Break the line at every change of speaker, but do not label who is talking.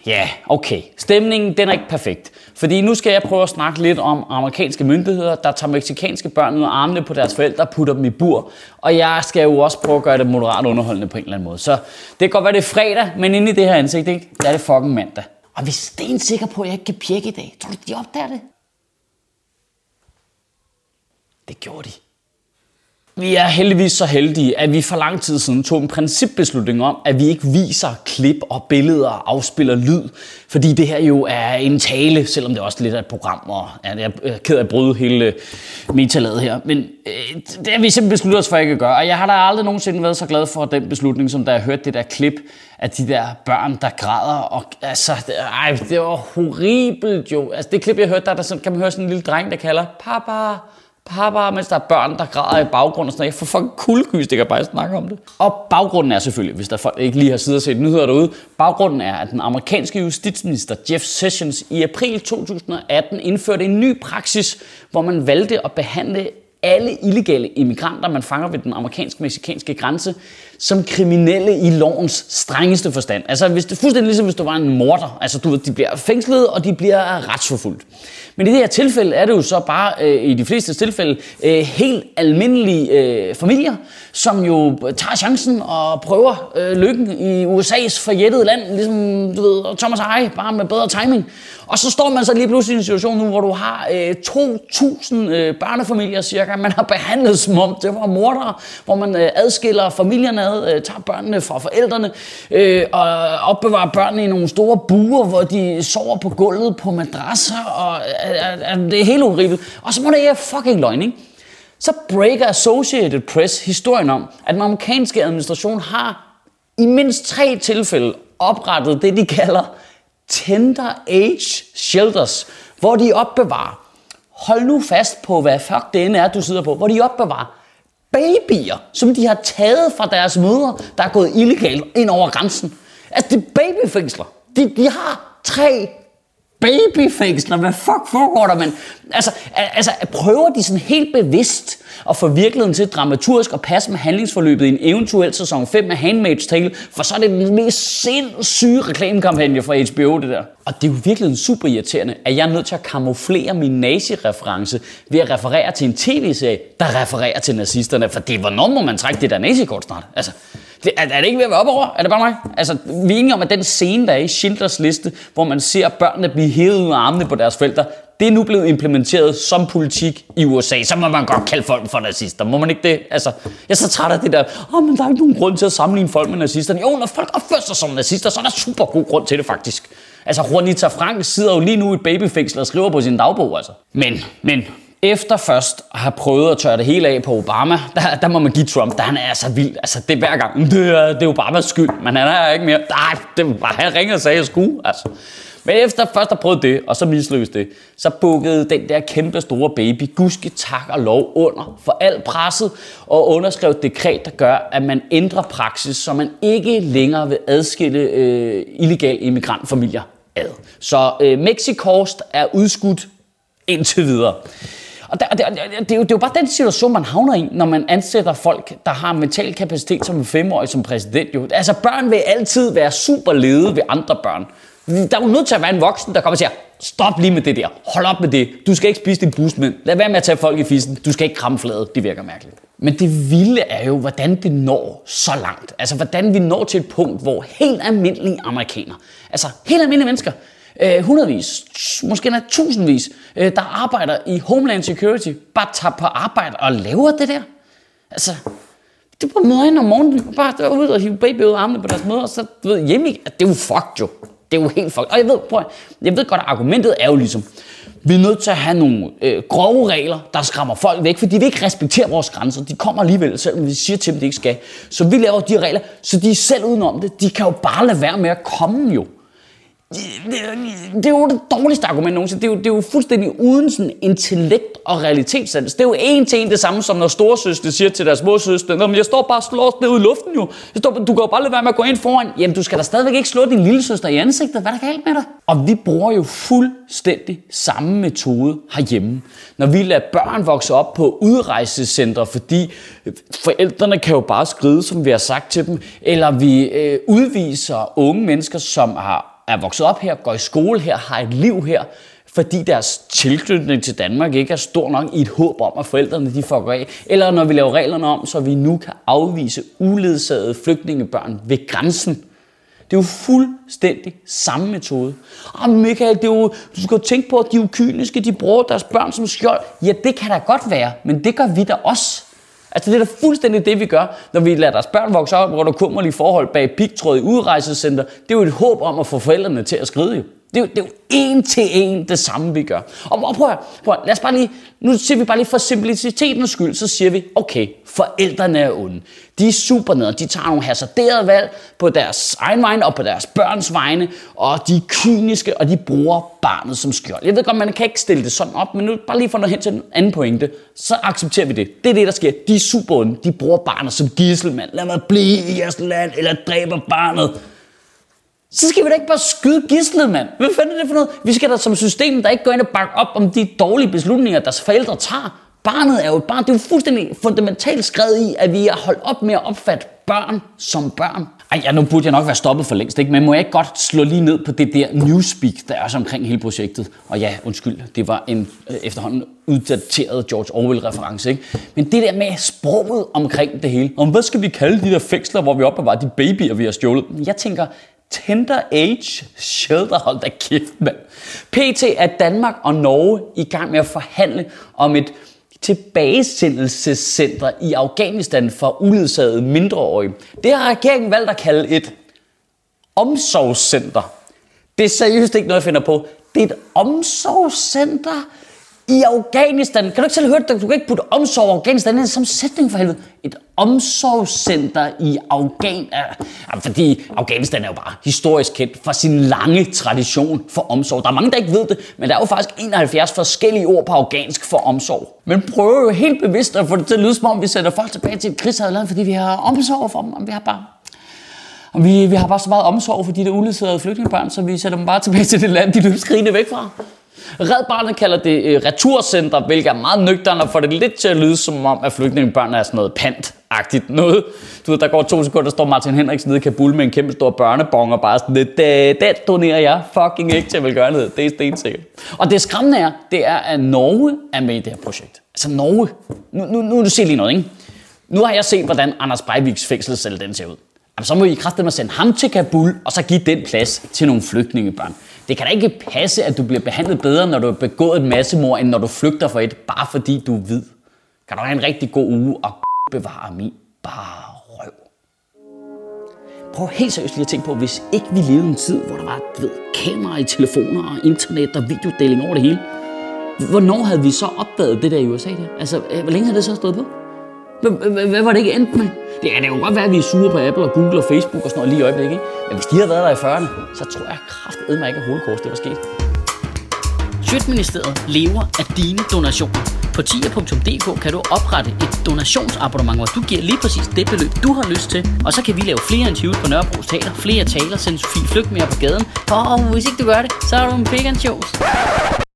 Ja, okay. Stemningen, den er ikke perfekt. Fordi nu skal jeg prøve at snakke lidt om amerikanske myndigheder, der tager mexicanske børn ud af armene på deres forældre og putter dem i bur. Og jeg skal jo også prøve at gøre det moderat underholdende på en eller anden måde. Så det kan godt være, det er fredag, men inde i det her ansigt, ikke? Der er det fucking mandag. Og vi er stensikre på, at jeg ikke kan pjekke i dag. Tror du, de opdager det? Det gjorde de. Vi er heldigvis så heldige, at vi for lang tid siden tog en principbeslutning om, at vi ikke viser klip og billeder og afspiller lyd. Fordi det her jo er en tale, selvom det også lidt er et program, og jeg er ked af at bryde hele metalaget her. Men det har vi simpelthen besluttet os for ikke at gøre, og jeg har da aldrig nogensinde været så glad for den beslutning, som da jeg hørte det der klip af de der børn, der græder. Og altså, det var horribelt jo. Altså det klip, jeg hørte, der kan man høre sådan en lille dreng, der kalder Papa, mens der er børn, der græder i baggrunden og sådan noget. Jeg får fucking kuldegys, det kan bare snakke om det. Og baggrunden er selvfølgelig, hvis der folk ikke lige har siddet og set nyheder derude, baggrunden er, at den amerikanske justitsminister Jeff Sessions i april 2018 indførte en ny praksis, hvor man valgte at behandle alle illegale immigranter, man fanger ved den amerikansk-mexicanske grænse, som kriminelle i lovens strengeste forstand. Altså hvis det, fuldstændig ligesom hvis du var en morder. Altså du ved, de bliver fængslet, og de bliver retsforfulgt. Men i det her tilfælde er det jo så bare, i de fleste tilfælde, helt almindelige familier, som jo tager chancen og prøver lykken i USA's forjættede land, ligesom du ved, Thomas Eje, bare med bedre timing. Og så står man så lige pludselig i en situation nu, hvor du har 2.000 børnefamilier cirka, man har behandlet som om det var mordere, hvor man adskiller familierne ad, tager børnene fra forældrene og opbevarer børnene i nogle store buer, hvor de sover på gulvet på madrasser, og det er helt horribelt. Og så må det være fucking løgn, ikke? Så breaker Associated Press historien om, at den amerikanske administration har i mindst 3 tilfælde oprettet det, de kalder Tender Age Shelters, hvor de opbevarer, hold nu fast på, hvad fuck det end er, du sidder på, hvor de opbevarer babyer, som de har taget fra deres mødre, der er gået illegalt ind over grænsen. Altså, det er babyfængsler. De har 3 babyfængsler. Hvad fuck foregår der, men altså prøver de sådan helt bevidst at få virkeligheden til dramaturgisk og passe med handlingsforløbet i en eventuel sæson 5 med Handmaid's Tale, for så er det den mest sindssyge reklamekampagne fra HBO, det der. Og det er jo virkelig super irriterende, at jeg er nødt til at kamuflere min nazi-reference ved at referere til en tv-serie, der refererer til nazisterne, for det, hvornår må man trække det der nazikort snart? Altså, er det ikke ved at være op over? Er det bare mig? Altså, vi er enige om, at den scene, der er i Schindlers Liste, hvor man ser børnene blive hævet ud af armene på deres forældre, det er nu blevet implementeret som politik i USA. Så må man godt kalde folk for nazister. Må man ikke det? Altså, jeg er så træt af det der, men der er ikke nogen grund til at sammenligne folk med nazisterne. Jo, når folk opfører sig som nazister, så er der super god grund til det faktisk. Altså, Juanita Frank sidder jo lige nu i et babyfængsel og skriver på sin dagbog, altså. Men efter først at have prøvet at tørre det hele af på Obama, der må man give Trump, der han er så vild. Altså, det er hver gang. Det er Obamas skyld, men han er ikke mere. Nej, det var bare, han ringede og sagde, at jeg skulle, altså. Men efter først at have prøvet det, og så mislykkedes det, så bukkede den der kæmpe store baby, gudske tak og lov, under for alt presset, og underskrev et dekret, der gør, at man ændrer praksis, så man ikke længere vil adskille illegale immigrantfamilier ad. Så Mexikost er udskudt indtil videre. Og det er jo bare den situation, man havner i, når man ansætter folk, der har mental kapacitet som en 5-årig som præsident. Jo. Altså børn vil altid være super lede ved andre børn. Der er jo nødt til at være en voksen, der kommer og siger, stop lige med det der, hold op med det, du skal ikke spise din busmænd, lad være med at tage folk i fissen, du skal ikke kramme fladet, det virker mærkeligt. Men det vilde er jo, hvordan det når så langt. Altså hvordan vi når til et punkt, hvor helt almindelige amerikanere, altså helt almindelige mennesker, hundredvis, måske endda tusindvis, der arbejder i Homeland Security, bare tager på arbejde og laver det der. Altså, det bare møder ind om morgenen, bare ud og hive baby ud af armene på deres møder, og så hjemme, det er jo fucked jo. Det er jo helt fucked. Og jeg ved godt, at argumentet er jo ligesom, vi er nødt til at have nogle grove regler, der skræmmer folk væk, for de vil ikke respektere vores grænser. De kommer alligevel, selvom vi siger til dem, de ikke skal. Så vi laver de regler, så de er selv udenom det. De kan jo bare lade være med at komme jo. Det er jo det dårligste argument nogensinde. Det er jo fuldstændig uden sådan intellekt og realitetssans. Det er jo en til en det samme, som når storesøstre siger til deres småsøstre, men jeg står bare og slår ned i luften jo. Du kan jo bare lade være med at gå ind foran. Jamen, du skal da stadigvæk ikke slå din lille søster i ansigtet. Hvad er der galt med dig? Og vi bruger jo fuldstændig samme metode herhjemme. Når vi lader børn vokse op på udrejsecentre, fordi forældrene kan jo bare skride, som vi har sagt til dem, eller vi udviser unge mennesker, som er er vokset op her, går i skole her, har et liv her, fordi deres tilknytning til Danmark ikke er stor nok i et håb om, at forældrene de fucker af. Eller når vi laver reglerne om, så vi nu kan afvise uledsagede flygtningebørn ved grænsen. Det er jo fuldstændig samme metode. Michael, det er jo, du skal jo tænke på, at de er jo kyniske, de bruger deres børn som skjold. Ja, det kan da godt være, men det gør vi da også. Altså det er da fuldstændig det, vi gør, når vi lader deres børn vokse op, hvor der kummerlige forhold bag pigtråd i udrejsecenter. Det er jo et håb om at få forældrene til at skride jo. Det er jo en til en det samme, vi gør. Og prøv at lad os bare lige, nu siger vi bare lige for simplicitetens skyld, så siger vi, okay, forældrene er onde. De er super nede, de tager nogle hasarderede valg på deres egen vegne og på deres børns vegne, og de er kyniske, og de bruger barnet som skjold. Jeg ved godt, man kan ikke stille det sådan op, men nu bare lige for noget hen til en anden pointe, så accepterer vi det. Det er det, der sker. De er super onde, de bruger barnet som gidsel, mand. Lad mig blive i jeres land, eller dræber barnet. Så skal vi da ikke bare skyde gidslet, mand. Hvad fanden er det for noget? Vi skal da som system, der ikke går ind og bakke op om de dårlige beslutninger, deres forældre tager. Barnet er jo et barn. Det er jo fuldstændig fundamentalt skrevet i, at vi har holdt op med at opfatte børn som børn. Nu burde jeg nok være stoppet for længst, ikke? Men må jeg ikke godt slå lige ned på det der newspeak, der er også omkring hele projektet? Og ja, undskyld, det var en efterhånden uddateret George Orwell-reference, ikke? Men det der med sproget omkring det hele. Hvad skal vi kalde de der fængsler, hvor vi opbevarer de babyer, vi har stjålet? Jeg tænker, Tender Age Shelter, hold da kæft, mand. PT er Danmark og Norge i gang med at forhandle om et tilbagesendelsescenter i Afghanistan for uledsagede mindreårige. Det har regeringen valgt at kalde et omsorgscenter. Det er seriøst ikke noget, jeg finder på. Det er et omsorgscenter i Afghanistan. Kan du ikke selv høre det? Du kan ikke putte omsorg i Afghanistan. Det er som sætning for helvede. Et omsorgscenter i Afghanistan. Fordi Afghanistan er jo bare historisk kendt for sin lange tradition for omsorg. Der er mange, der ikke ved det, men der er jo faktisk 71 forskellige ord på afghansk for omsorg. Men prøver jo helt bevidst at få det til at lyde, som om vi sætter folk tilbage til et krigshavet land, fordi vi har omsorg for dem. Vi har bare så meget omsorg for de der uledsagede flygtningebørn, så vi sætter dem bare tilbage til det land, de løb skrigende væk fra. Red Barnet kalder det returcenter, hvilket er meget nøgtern og får det lidt til at lyde som om, at flygtningebørn er sådan noget pant-agtigt noget. Du ved, der går 2 sekunder, der står Martin Henriksen nede i Kabul med en kæmpe stor børnebong og bare sådan lidt, det donerer jeg fucking ikke til velgørenhed. Det er stensikkert. Og det skræmmende det er, at Norge er med i det her projekt. Altså Norge. Nu siger lige noget, ikke? Nu har jeg set, hvordan Anders Breiviks fængselscelle den ser ud. Jamen, så må I kraftedeme sende ham til Kabul, og så give den plads til nogle flygtningebørn. Det kan da ikke passe, at du bliver behandlet bedre, når du har begået et massemord, end når du flygter fra et, bare fordi du er hvid. Kan du have en rigtig god uge og bevare min bare røv. Prøv helt seriøst lige at tænke på, hvis ikke vi levede en tid, hvor der var kameraer i telefoner og internet og videodeling over det hele. Hvornår havde vi så opdaget det der i USA der? Altså, hvor længe havde det så stået på? Hvad var det ikke endt med? Det kan jo godt være, at vi er sure på Apple og Google og Facebook og sådan noget lige i øjeblikket, ikke? Men hvis de havde været der i 40'erne, så tror jeg kraftedeme ikke, at holocaust det var sket.
Sjøtministeriet lever af dine donationer. På tier.dk kan du oprette et donationsabonnement, hvor du giver lige præcis det beløb, du har lyst til. Og så kan vi lave flere interviews på Nørrebros Teater, flere taler, sende Sofie Flygt mere på gaden. Og hvis ikke du gør det, så er du en big and shows.